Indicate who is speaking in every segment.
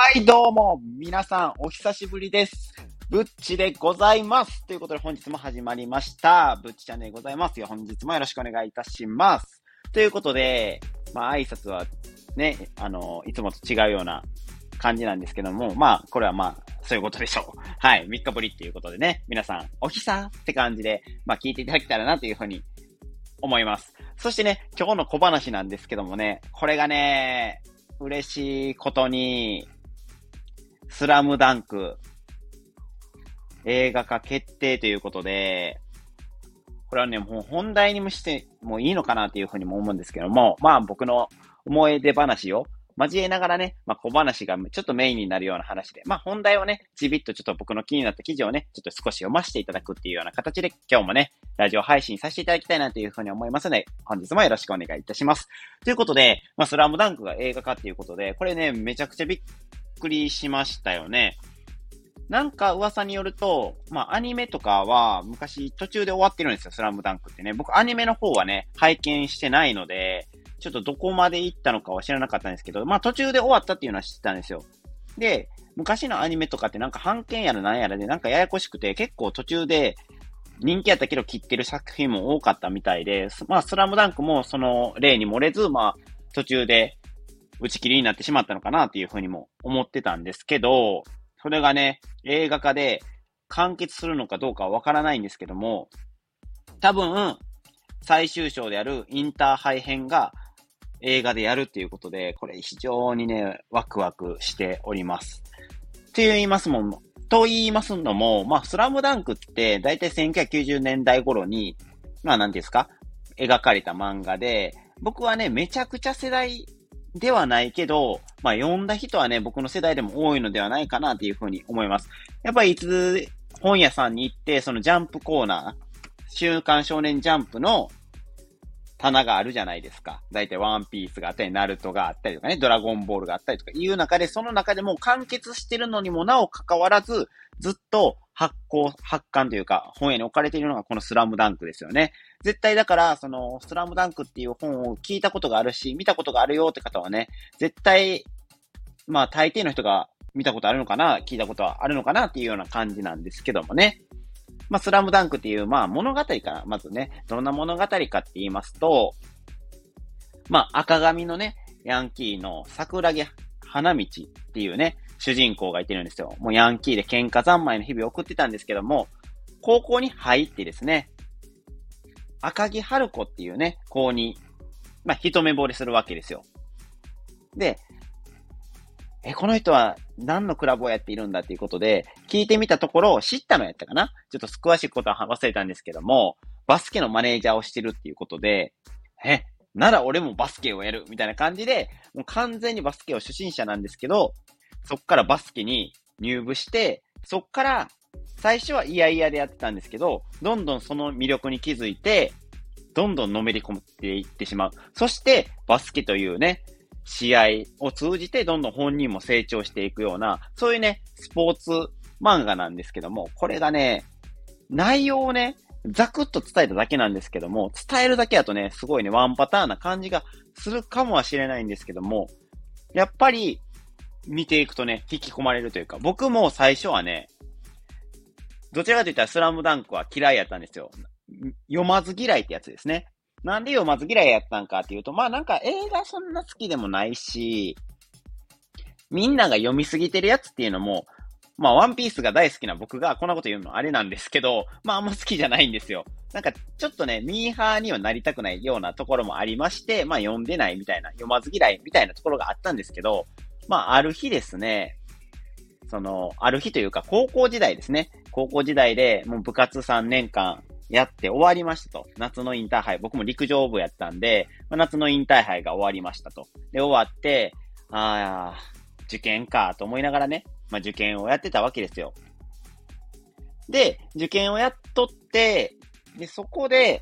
Speaker 1: はい、どうも、皆さん、お久しぶりです。ぶっちでございます。ということで、本日も始まりました。ぶっちチャンネルでございますよ。本日もよろしくお願いいたします。ということで、挨拶はね、いつもと違うような感じなんですけども、これはそういうことでしょう。はい、3日ぶりっていうことでね、皆さん、おひさって感じで、聞いていただけたらなというふうに思います。そしてね、今日の小話なんですけどもね、これがね、嬉しいことに、スラムダンク映画化決定ということで、これはね、もう本題にもしてもいいのかなというふうにも思うんですけども、僕の思い出話を交えながらね、小話がちょっとメインになるような話で、本題をね、ちびっとちょっと僕の気になった記事をね、ちょっと少し読ませていただくっていうような形で、今日もね、ラジオ配信させていただきたいなというふうに思いますので、本日もよろしくお願いいたします。ということで、スラムダンクが映画化っていうことで、これね、めちゃくちゃびっくりしましたよね。なんか噂によると、アニメとかは昔途中で終わってるんですよ、スラムダンクってね。僕アニメの方はね、拝見してないので、ちょっとどこまで行ったのかは知らなかったんですけど、途中で終わったっていうのは知ってたんですよ。で、昔のアニメとかってなんか版権やらなんやらでなんかややこしくて、結構途中で人気やったけど切ってる作品も多かったみたいで、スラムダンクもその例に漏れず、途中で打ち切りになってしまったのかなっていうふうにも思ってたんですけど、それがね、映画化で完結するのかどうかはわからないんですけども、多分、最終章であるインターハイ編が映画でやるっていうことで、これ非常にね、ワクワクしております。と言いますのも、スラムダンクって大体1990年代頃に、なんていうんですか、描かれた漫画で、僕はね、めちゃくちゃ世代ではないけど、読んだ人はね、僕の世代でも多いのではないかなっていうふうに思います。やっぱりいつ本屋さんに行って、そのジャンプコーナー、週刊少年ジャンプの棚があるじゃないですか。だいたいワンピースがあったり、ナルトがあったりとかね、ドラゴンボールがあったりとかいう中で、その中でも完結してるのにもなお関わらず、ずっと発刊というか、本屋に置かれているのがこのスラムダンクですよね。絶対だから、その、スラムダンクっていう本を聞いたことがあるし、見たことがあるよって方はね、絶対、大抵の人が見たことあるのかな、聞いたことはあるのかなっていうような感じなんですけどもね。スラムダンクっていう、物語から、まずね、どんな物語かって言いますと、赤髪のね、ヤンキーの桜木花道っていうね、主人公がいてるんですよ。もうヤンキーで喧嘩三昧の日々を送ってたんですけども、高校に入ってですね、赤木春子っていうね、子に、一目惚れするわけですよ。で、この人は何のクラブをやっているんだっていうことで、聞いてみたところ、知ったのやったかな、ちょっと詳しいことは忘れたんですけども、バスケのマネージャーをしてるっていうことで、なら俺もバスケをやるみたいな感じで、もう完全にバスケを初心者なんですけど、そっからバスケに入部して、そっから最初は嫌々でやってたんですけど、どんどんその魅力に気づいて、どんどんのめり込んでいってしまう。そしてバスケというね、試合を通じてどんどん本人も成長していくような、そういうね、スポーツ漫画なんですけども、これがね、内容をね、ざくっと伝えただけなんですけども、伝えるだけだとね、すごいね、ワンパターンな感じがするかもはしれないんですけども、やっぱり見ていくとね、引き込まれるというか、僕も最初はね、どちらかといったらスラムダンクは嫌いやったんですよ。読まず嫌いってやつですね。なんで読まず嫌いやったんかっていうと、なんか映画そんな好きでもないし、みんなが読みすぎてるやつっていうのも、ワンピースが大好きな僕がこんなこと言うのあれなんですけど、あんま好きじゃないんですよ。なんか、ちょっとね、ミーハーにはなりたくないようなところもありまして、読んでないみたいな、読まず嫌いみたいなところがあったんですけど、ある日ですね、ある日というか、高校時代ですね。高校時代で、もう部活3年間やって終わりましたと。夏のインターハイ、僕も陸上部やったんで、夏のインターハイが終わりましたと。で、終わって、受験かと思いながらね、受験をやってたわけですよ。で、受験をやっとって、で、そこで、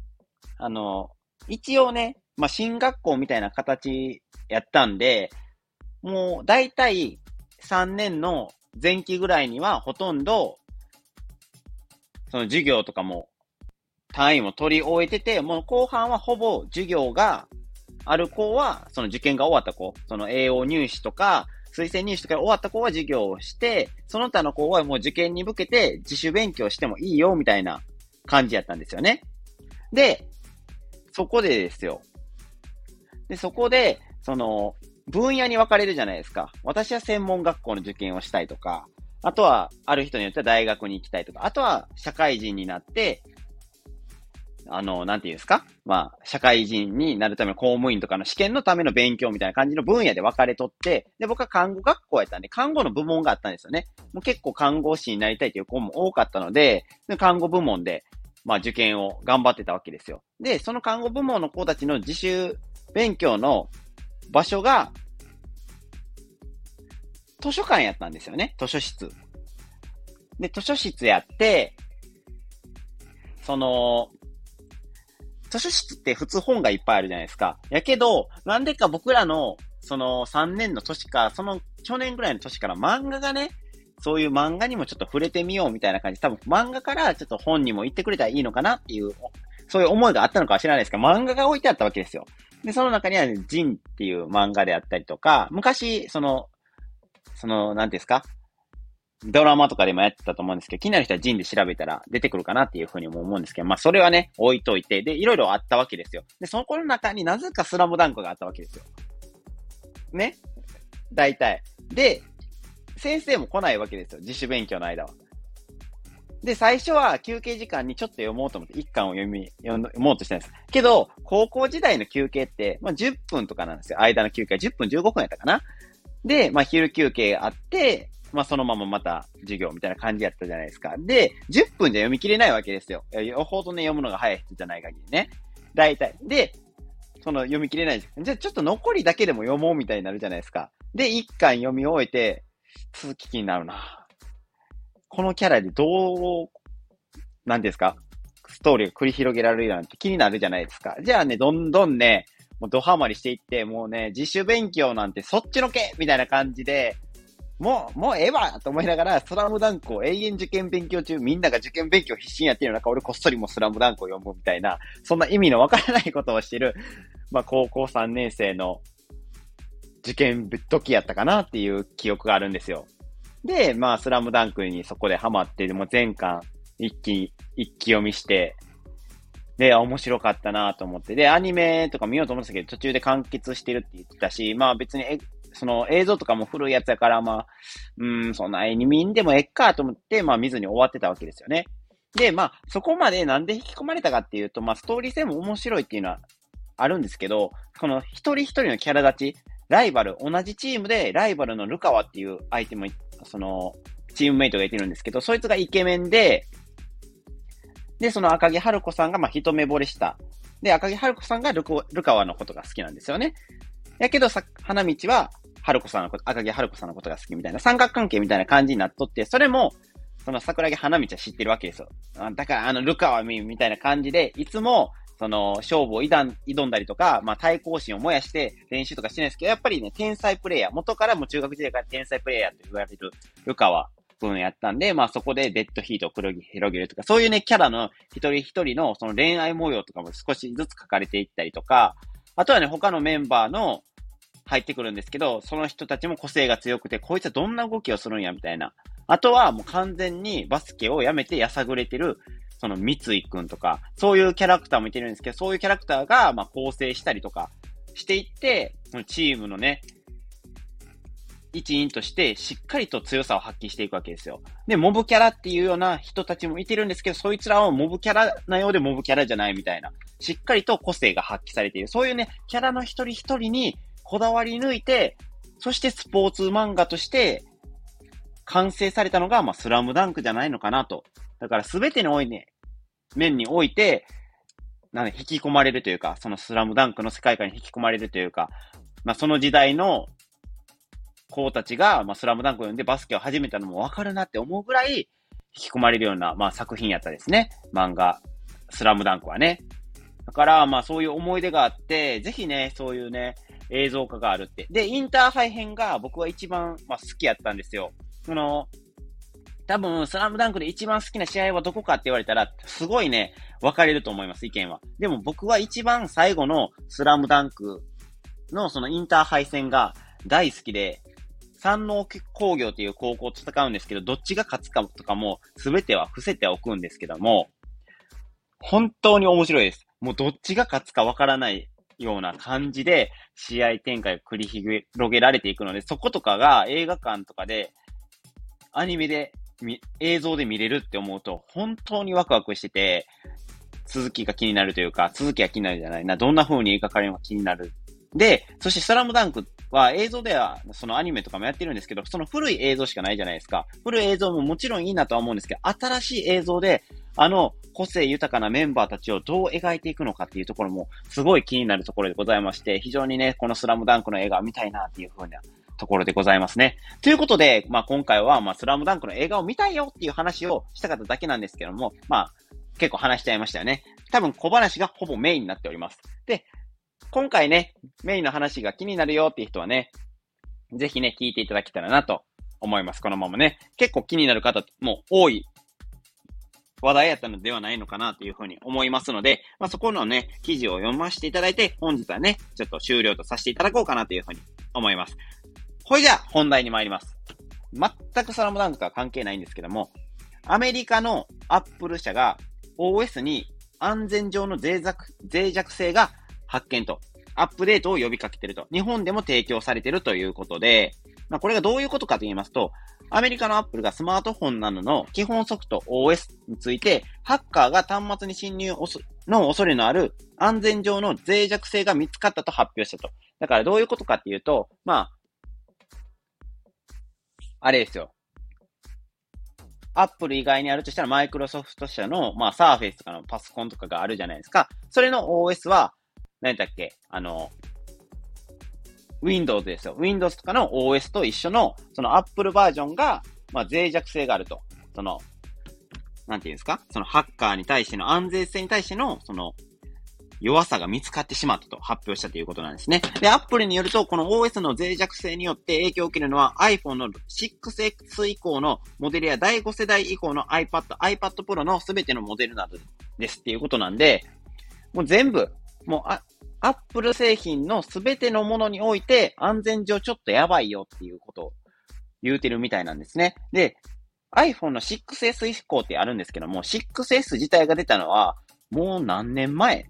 Speaker 1: 一応ね、進学校みたいな形やったんで、もう、だいたい3年の前期ぐらいには、ほとんど、その授業とかも、単位も取り終えてて、もう後半はほぼ授業がある子は、その受験が終わった子、その栄養入試とか、 推薦入試とか終わった子は授業をして、その他の子はもう受験に向けて自主勉強してもいいよ、みたいな感じやったんですよね。で、そこでですよ。で、そこで、分野に分かれるじゃないですか。私は専門学校の受験をしたいとか、あとは、ある人によっては大学に行きたいとか、あとは社会人になって、なんていうんですか？社会人になるための公務員とかの試験のための勉強みたいな感じの分野で分かれとって、で、僕は看護学校やったんで、看護の部門があったんですよね。もう結構看護師になりたいという子も多かったので、看護部門で、受験を頑張ってたわけですよ。で、その看護部門の子たちの自主勉強の場所が、図書館やったんですよね。図書室。で、図書室やって、図書室って普通本がいっぱいあるじゃないですか。やけど、なんでか僕らの、3年の年か、去年ぐらいの年から漫画がね、そういう漫画にもちょっと触れてみようみたいな感じ。多分漫画からちょっと本にも行ってくれたらいいのかなっていう、そういう思いがあったのかは知らないですけど、漫画が置いてあったわけですよ。で、その中には、ね、ジンっていう漫画であったりとか、昔、なんていうんですか、ドラマとかでもやってたと思うんですけど、気になる人はジンで調べたら出てくるかなっていうふうにも思うんですけど、それはね、置いといて、で、いろいろあったわけですよ。で、そこの中になぜかスラムダンクがあったわけですよ。ね。大体。で、先生も来ないわけですよ。自主勉強の間は。で、最初は休憩時間にちょっと読もうと思って一巻を読もうとしたんです。けど、高校時代の休憩って、10分とかなんですよ。間の休憩。10分15分やったかな。で、昼休憩あって、そのまままた授業みたいな感じやったじゃないですか。で、10分じゃ読み切れないわけですよ。よほどね、読むのが早い人じゃない限りね。大体。で、読み切れない。じゃあちょっと残りだけでも読もうみたいになるじゃないですか。で、一巻読み終えて、続き気になるな。このキャラでなんですか？ストーリーが繰り広げられるなんて気になるじゃないですか。じゃあね、どんどんね、もうドハマりしていって、もうね、自主勉強なんてそっちのけみたいな感じで、もうええわと思いながら、スラムダンクを永遠受験勉強中、みんなが受験勉強必死にやってる中、俺こっそりもスラムダンクを読むみたいな、そんな意味のわからないことをしてる、高校3年生の受験時やったかなっていう記憶があるんですよ。で、スラムダンクにそこでハマって、もう全巻一気読みして、で、面白かったなと思って、で、アニメとか見ようと思ってたけど、途中で完結してるって言ってたし、別にその映像とかも古いやつやから、そんな絵に見んでもえっかと思って、見ずに終わってたわけですよね。で、そこまでなんで引き込まれたかっていうと、ストーリー性も面白いっていうのはあるんですけど、この一人一人のキャラ立ち、ライバル、同じチームでライバルのルカワっていう相手も、チームメイトがいてるんですけど、そいつがイケメンで、その赤木春子さんが一目惚れした。で、赤木春子さんがルカワのことが好きなんですよね。やけど花道は赤木春子さんのことが好きみたいな三角関係みたいな感じになっとって、それも、その桜木花道は知ってるわけですよ。だからルカワみたいな感じで、いつも、勝負を挑んだりとか、対抗心を燃やして練習とかしてないんですけど、やっぱりね、天才プレイヤー、元からも中学時代から天才プレイヤーと言われるルカワ君やったんで、そこでデッドヒートを広げるとか、そういうね、キャラの一人一人のその恋愛模様とかも少しずつ書かれていったりとか、あとはね、他のメンバーの入ってくるんですけど、その人たちも個性が強くて、こいつはどんな動きをするんや、みたいな。あとはもう完全にバスケをやめてやさぐれてる、その三井くんとか、そういうキャラクターもいてるんですけど、そういうキャラクターが、構成したりとかしていって、そのチームのね、一員としてしっかりと強さを発揮していくわけですよ。で、モブキャラっていうような人たちもいてるんですけど、そいつらはモブキャラなようでモブキャラじゃないみたいな。しっかりと個性が発揮されている。そういうね、キャラの一人一人にこだわり抜いて、そしてスポーツ漫画として完成されたのが、スラムダンクじゃないのかなと。だからすべての面において、引き込まれるというか、そのスラムダンクの世界観に引き込まれるというか、その時代の子たちが、スラムダンクを読んでバスケを始めたのもわかるなって思うぐらい引き込まれるような、作品やったですね。漫画、スラムダンクはね。だから、そういう思い出があって、ぜひね、そういうね、映像化があるって。で、インターハイ編が僕は一番、好きやったんですよ。多分、スラムダンクで一番好きな試合はどこかって言われたら、すごいね、分かれると思います、意見は。でも僕は一番最後のスラムダンクのそのインターハイ戦が大好きで、 山王工業っていう高校と戦うんですけど、どっちが勝つかとかも全ては伏せておくんですけども、本当に面白いです。もうどっちが勝つかわからないような感じで試合展開が繰り広げられていくので、そことかが映画館とかでアニメで映像で見れるって思うと本当にワクワクしてて、続きが気になるというか、続きが気になるじゃないな、どんな風に描かれるのか気になる。で、そしてスラムダンクは映像ではそのアニメとかもやってるんですけど、その古い映像しかないじゃないですか。古い映像ももちろんいいなとは思うんですけど、新しい映像で個性豊かなメンバーたちをどう描いていくのかっていうところもすごい気になるところでございまして、非常にね、このスラムダンクの映画を見たいなっていう風なところでございますね。ということで、今回はスラムダンクの映画を見たいよっていう話をしたかっただけなんですけども、結構話しちゃいましたよね。多分小話がほぼメインになっております。で、今回ね、メインの話が気になるよっていう人はね、ぜひね、聞いていただけたらなと思います。このままね。結構気になる方も多い話題やったのではないのかなというふうに思いますので、そこのね、記事を読ませていただいて、本日はね、ちょっと終了とさせていただこうかなというふうに思います。ほいじゃあ、本題に参ります。全くスラムダンクとは関係ないんですけども、アメリカのアップル社が OS に安全上の脆弱性が発見と、アップデートを呼びかけていると。日本でも提供されているということで、これがどういうことかと言いますと、アメリカのアップルがスマートフォンなどの基本ソフト OS について、ハッカーが端末に侵入の恐れのある安全上の脆弱性が見つかったと発表したと。だからどういうことかっていうと、あれですよ。アップル以外にあるとしたらマイクロソフト社の、サーフェイスとかのパソコンとかがあるじゃないですか。それの OS は、何だっけWindows ですよ。Windows とかの OS と一緒の、その Apple バージョンが、脆弱性があると。なんていうんですか？そのハッカーに対しての安全性に対しての、弱さが見つかってしまったと発表したということなんですね。で、Apple によると、この OS の脆弱性によって影響を受けるのは iPhone の 6X 以降のモデルや第5世代以降の iPad Pro のすべてのモデルなどですっていうことなんで、もう全部、Apple 製品のすべてのものにおいて安全上ちょっとやばいよっていうことを言うてるみたいなんですね。で、iPhone の 6S 以降ってあるんですけども、6S 自体が出たのはもう何年前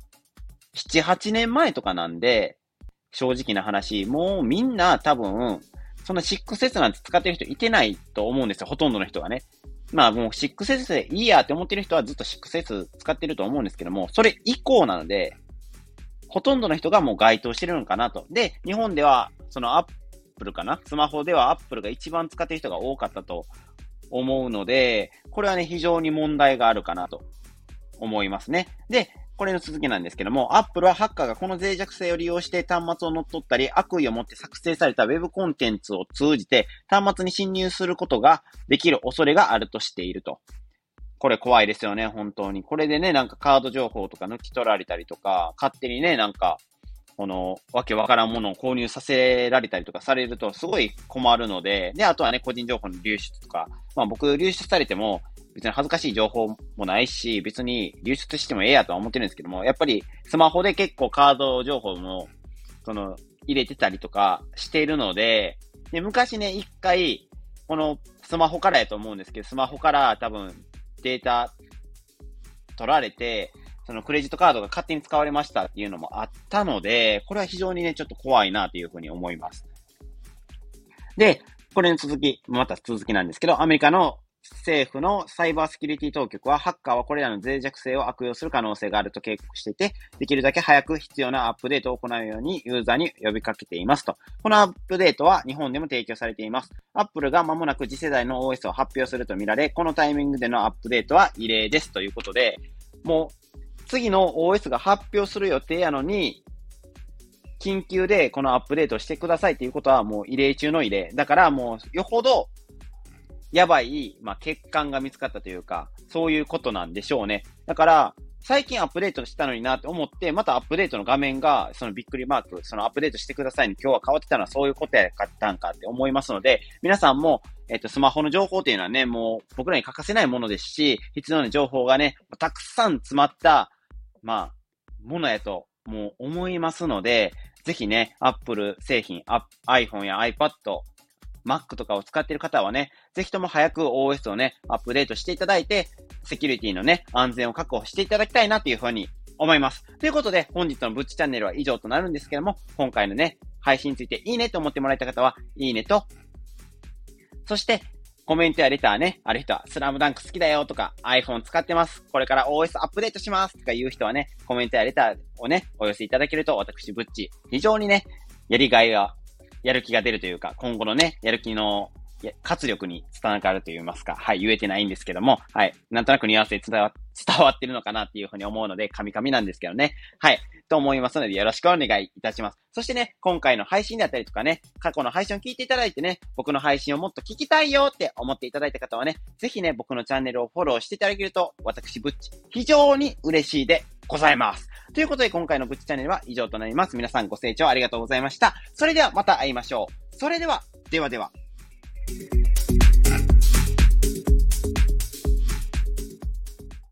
Speaker 1: ?7、8年前とかなんで、正直な話、もうみんな多分、そんな 6S なんて使ってる人いてないと思うんですよ。ほとんどの人がね。もう 6S でいいやって思ってる人はずっと 6S 使ってると思うんですけども、それ以降なので、ほとんどの人がもう該当してるのかなと。で、日本では、そのアップルかな？スマホではアップルが一番使ってる人が多かったと思うので、これはね、非常に問題があるかなと思いますね。で、これの続きなんですけども、アップルはハッカーがこの脆弱性を利用して端末を乗っ取ったり、悪意を持って作成されたウェブコンテンツを通じて端末に侵入することができる恐れがあるとしていると。これ怖いですよね、本当に。これでね、カード情報とか抜き取られたりとか、勝手にね、わけわからんものを購入させられたりとかされると、すごい困るので、で、あとはね、個人情報の流出とか、僕、流出されても、別に恥ずかしい情報もないし、別に流出してもええやとは思ってるんですけども、やっぱりスマホで結構カード情報も、入れてたりとかしているので、で、昔ね、一回、このスマホからやと思うんですけど、スマホから多分、データ取られて、そのクレジットカードが勝手に使われましたっていうのもあったので、これは非常にね、ちょっと怖いなというふうに思います。で、これのまた続きなんですけど、アメリカの政府のサイバーセキュリティ当局は、ハッカーはこれらの脆弱性を悪用する可能性があると警告していて、できるだけ早く必要なアップデートを行うようにユーザーに呼びかけていますと。このアップデートは日本でも提供されています。アップルが間もなく次世代の OS を発表するとみられ、このタイミングでのアップデートは異例ですということで、もう次の OS が発表する予定やのに、緊急でこのアップデートをしてくださいっていうことはもう異例中の異例。だからもうよほどやばい、欠陥が見つかったというか、そういうことなんでしょうね。だから、最近アップデートしたのになって思って、またアップデートの画面が、そのびっくりマーク、そのアップデートしてくださいに今日は変わってたのはそういうことやったんかって思いますので、皆さんも、スマホの情報っていうのはね、もう僕らに欠かせないものですし、必要な情報がね、たくさん詰まった、ものやと、もう思いますので、ぜひね、Apple 製品、iPhone や iPad、 Mac とかを使っている方はね、ぜひとも早く OS をね、アップデートしていただいて、セキュリティのね、安全を確保していただきたいなというふうに思います。ということで、本日のぶっちチャンネルは以上となるんですけども、今回のね、配信についていいねと思ってもらえた方は、いいねと、そして、コメントやレターね、ある人はスラムダンク好きだよとか iPhone 使ってます。これから OS アップデートしますとかいう人はね、コメントやレターをね、お寄せいただけると私、ぶっち、非常にね、やりがいが、やる気が出るというか、今後のね、やる気の活力につながると言いますか、はい、言えてないんですけども、はい、なんとなくニュアンスで伝わってるのかなっていうふうに思うので、カミカミなんですけどね、はい、と思いますのでよろしくお願いいたします。そしてね、今回の配信であったりとかね、過去の配信を聞いていただいてね、僕の配信をもっと聞きたいよって思っていただいた方はね、ぜひね、僕のチャンネルをフォローしていただけると、私、ぶっち、非常に嬉しいでございます。ということで、今回のぶっちチャンネルは以上となります。皆さんご清聴ありがとうございました。それではまた会いましょう。それでは、ではでは。